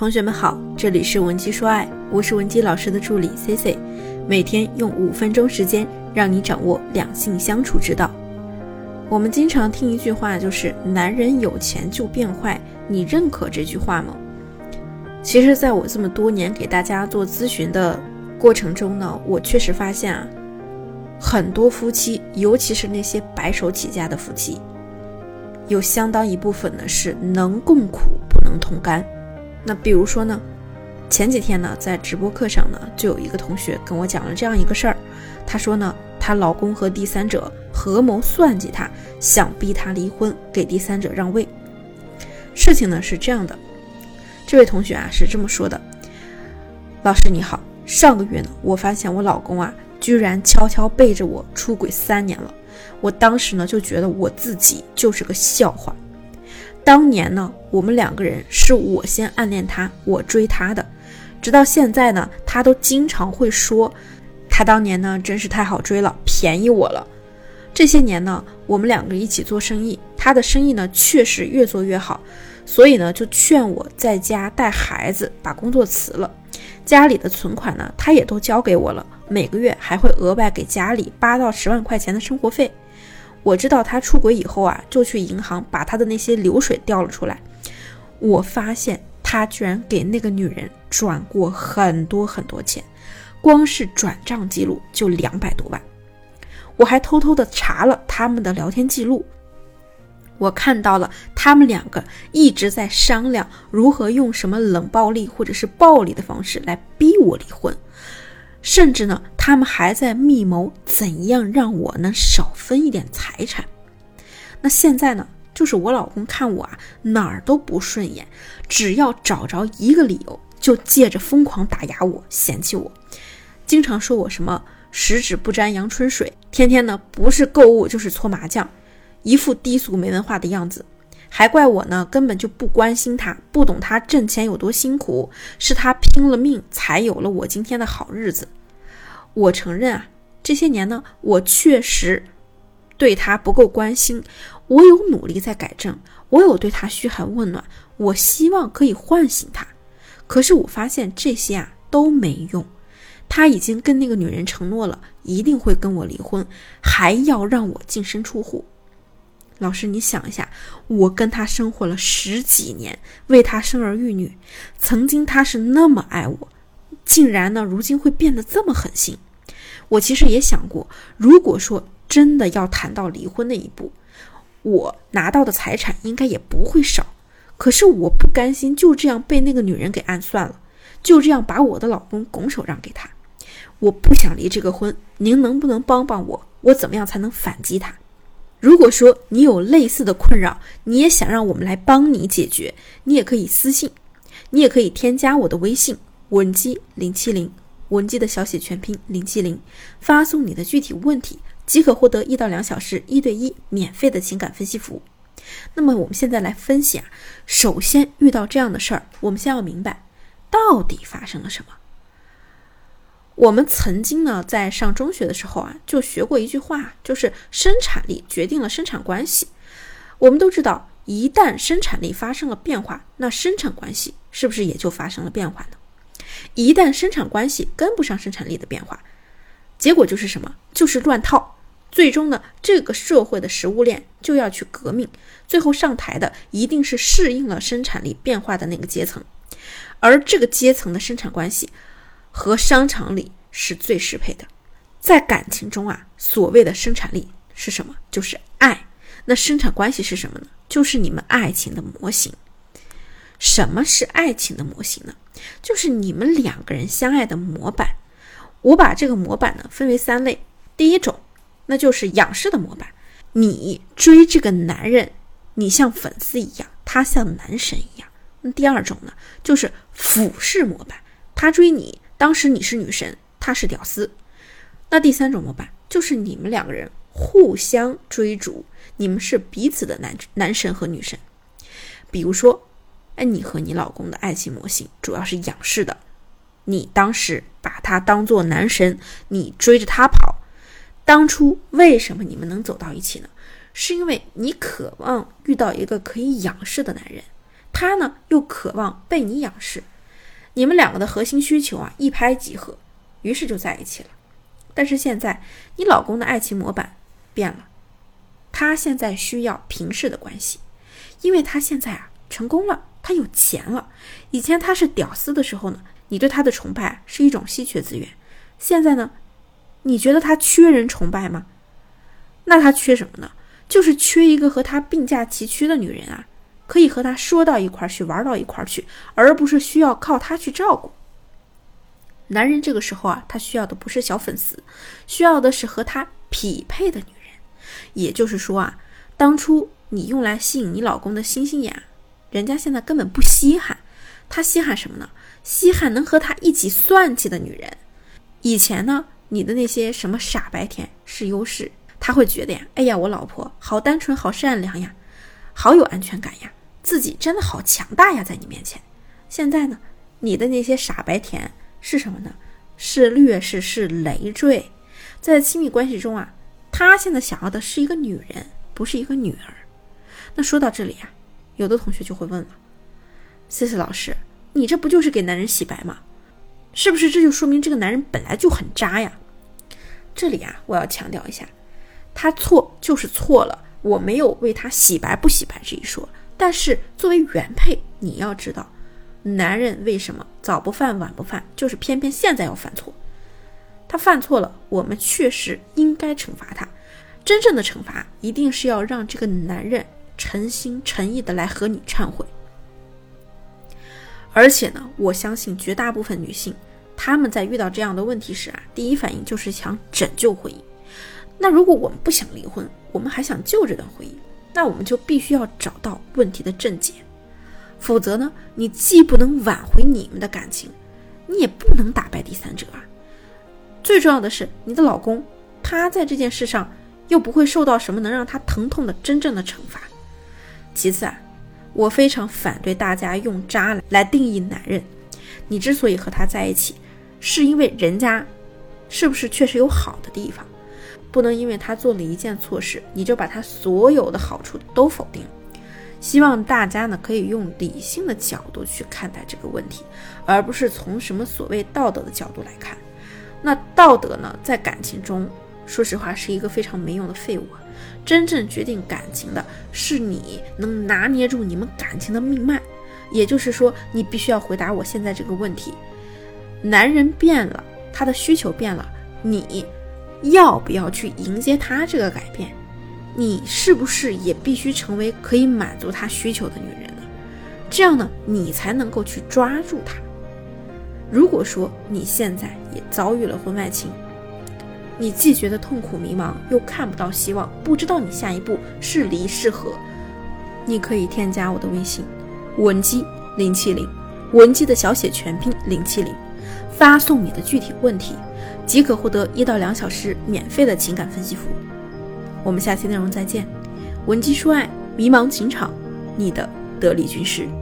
同学们好，这里是文姬说爱，我是文姬老师的助理 CC， 每天用5分钟时间让你掌握两性相处之道。我们经常听一句话，就是男人有钱就变坏，你认可这句话吗？其实在我这么多年给大家做咨询的过程中呢，我确实发现很多夫妻，尤其是那些白手起家的夫妻，有相当一部分呢是能共苦不能同甘。那比如说呢，前几天呢在直播课上呢，就有一个同学跟我讲了这样一个事儿。她说呢，她老公和第三者合谋算计她，想逼她离婚，给第三者让位。事情呢是这样的，这位同学是这么说的：老师你好，上个月呢，我发现我老公居然悄悄背着我出轨3年了。我当时呢就觉得我自己就是个笑话。当年呢，我们2个人是我先暗恋他，我追他的，直到现在呢，他都经常会说，他当年呢真是太好追了，便宜我了。这些年呢，我们2个一起做生意，他的生意呢确实越做越好，所以呢就劝我在家带孩子，把工作辞了。家里的存款呢，他也都交给我了，每个月还会额外给家里8到10万块钱的生活费。我知道他出轨以后就去银行把他的那些流水调了出来。我发现他居然给那个女人转过很多很多钱，光是转账记录就200多万。我还偷偷的查了他们的聊天记录，我看到了他们2个一直在商量如何用什么冷暴力或者是暴力的方式来逼我离婚，甚至呢，他们还在密谋怎样让我能少分一点财产。那现在呢，就是我老公看我哪儿都不顺眼，只要找着一个理由，就借着疯狂打压我，嫌弃我，经常说我什么十指不沾阳春水，天天呢不是购物就是搓麻将，一副低俗没文化的样子。还怪我呢根本就不关心他，不懂他挣钱有多辛苦，是他拼了命才有了我今天的好日子。我承认这些年呢，我确实对他不够关心，我有努力在改正，我有对他嘘寒问暖，我希望可以唤醒他。可是我发现这些都没用，他已经跟那个女人承诺了，一定会跟我离婚，还要让我净身出户。老师你想一下，我跟他生活了10几年，为他生儿育女，曾经他是那么爱我，竟然呢如今会变得这么狠心。我其实也想过，如果说真的要谈到离婚那一步，我拿到的财产应该也不会少，可是我不甘心就这样被那个女人给暗算了，就这样把我的老公拱手让给他。我不想离这个婚，您能不能帮帮我，我怎么样才能反击他？如果说你有类似的困扰，你也想让我们来帮你解决，你也可以私信，你也可以添加我的微信文姬070，文姬的小写全拼070，发送你的具体问题，即可获得1到2小时1对1免费的情感分析服务。那么我们现在来分析首先遇到这样的事儿，我们先要明白到底发生了什么。我们曾经呢在上中学的时候就学过一句话，就是生产力决定了生产关系。我们都知道，一旦生产力发生了变化，那生产关系是不是也就发生了变化呢？一旦生产关系跟不上生产力的变化，结果就是什么？就是乱套。最终呢，这个社会的食物链就要去革命，最后上台的一定是适应了生产力变化的那个阶层，而这个阶层的生产关系和商场里是最适配的。在感情中所谓的生产力是什么？就是爱。那生产关系是什么呢？就是你们爱情的模型。什么是爱情的模型呢？就是你们2个人相爱的模板。我把这个模板呢分为3类。第一种，那就是仰视的模板。你追这个男人，你像粉丝一样，他像男神一样。那第二种呢，就是俯视模板。他追你，当时你是女神，他是屌丝。那第3种模板，就是你们2个人互相追逐，你们是彼此的男神和女神。比如说你和你老公的爱情模型主要是仰视的，你当时把他当作男神，你追着他跑。当初为什么你们能走到一起呢？是因为你渴望遇到一个可以仰视的男人，他呢又渴望被你仰视， 你们两个的核心需求一拍即合，于是就在一起了。但是现在你老公的爱情模板变了，他现在需要平视的关系，因为他现在成功了，他有钱了。以前他是屌丝的时候呢，你对他的崇拜是一种稀缺资源，现在呢，你觉得他缺人崇拜吗？那他缺什么呢？就是缺一个和他并驾齐驱的女人可以和他说到一块去，玩到一块去，而不是需要靠他去照顾。男人这个时候他需要的不是小粉丝，需要的是和他匹配的女人。也就是说当初你用来吸引你老公的星星眼，人家现在根本不稀罕。他稀罕什么呢？稀罕能和他一起算计的女人。以前呢，你的那些什么傻白甜是优势，他会觉得哎呀，我老婆好单纯好善良呀，好有安全感呀，自己真的好强大呀，在你面前。现在呢，你的那些傻白甜是什么呢？是劣势，是累赘。在亲密关系中他现在想要的是一个女人，不是一个女儿。那说到这里有的同学就会问了，Cici老师，你这不就是给男人洗白吗？是不是这就说明这个男人本来就很渣呀？这里我要强调一下，他错就是错了，我没有为他洗白不洗白这一说。但是作为原配，你要知道，男人为什么早不犯晚不犯，就是偏偏现在要犯错。他犯错了，我们确实应该惩罚他。真正的惩罚一定是要让这个男人诚心诚意的来和你忏悔。而且呢，我相信绝大部分女性，她们在遇到这样的问题时第一反应就是想拯救婚姻。那如果我们不想离婚，我们还想救这段婚姻，那我们就必须要找到问题的症结。否则呢，你既不能挽回你们的感情，你也不能打败第三者最重要的是，你的老公他在这件事上又不会受到什么能让他疼痛的真正的惩罚。其次我非常反对大家用渣来定义男人。你之所以和他在一起，是因为人家是不是确实有好的地方，不能因为他做了一件错事，你就把他所有的好处都否定。希望大家呢可以用理性的角度去看待这个问题，而不是从什么所谓道德的角度来看。那道德呢，在感情中说实话是一个非常没用的废物真正决定感情的是你能拿捏住你们感情的命脉。也就是说，你必须要回答我现在这个问题，男人变了，他的需求变了，你要不要去迎接他这个改变？你是不是也必须成为可以满足他需求的女人呢？这样呢，你才能够去抓住他。如果说你现在也遭遇了婚外情，你既觉得痛苦迷茫，又看不到希望，不知道你下一步是离是合，你可以添加我的微信文姬070，文姬的小写全拼070，发送你的具体问题，即可获得1到2小时免费的情感分析服务。我们下期内容再见。文姬说爱，迷茫情场，你的得力军师。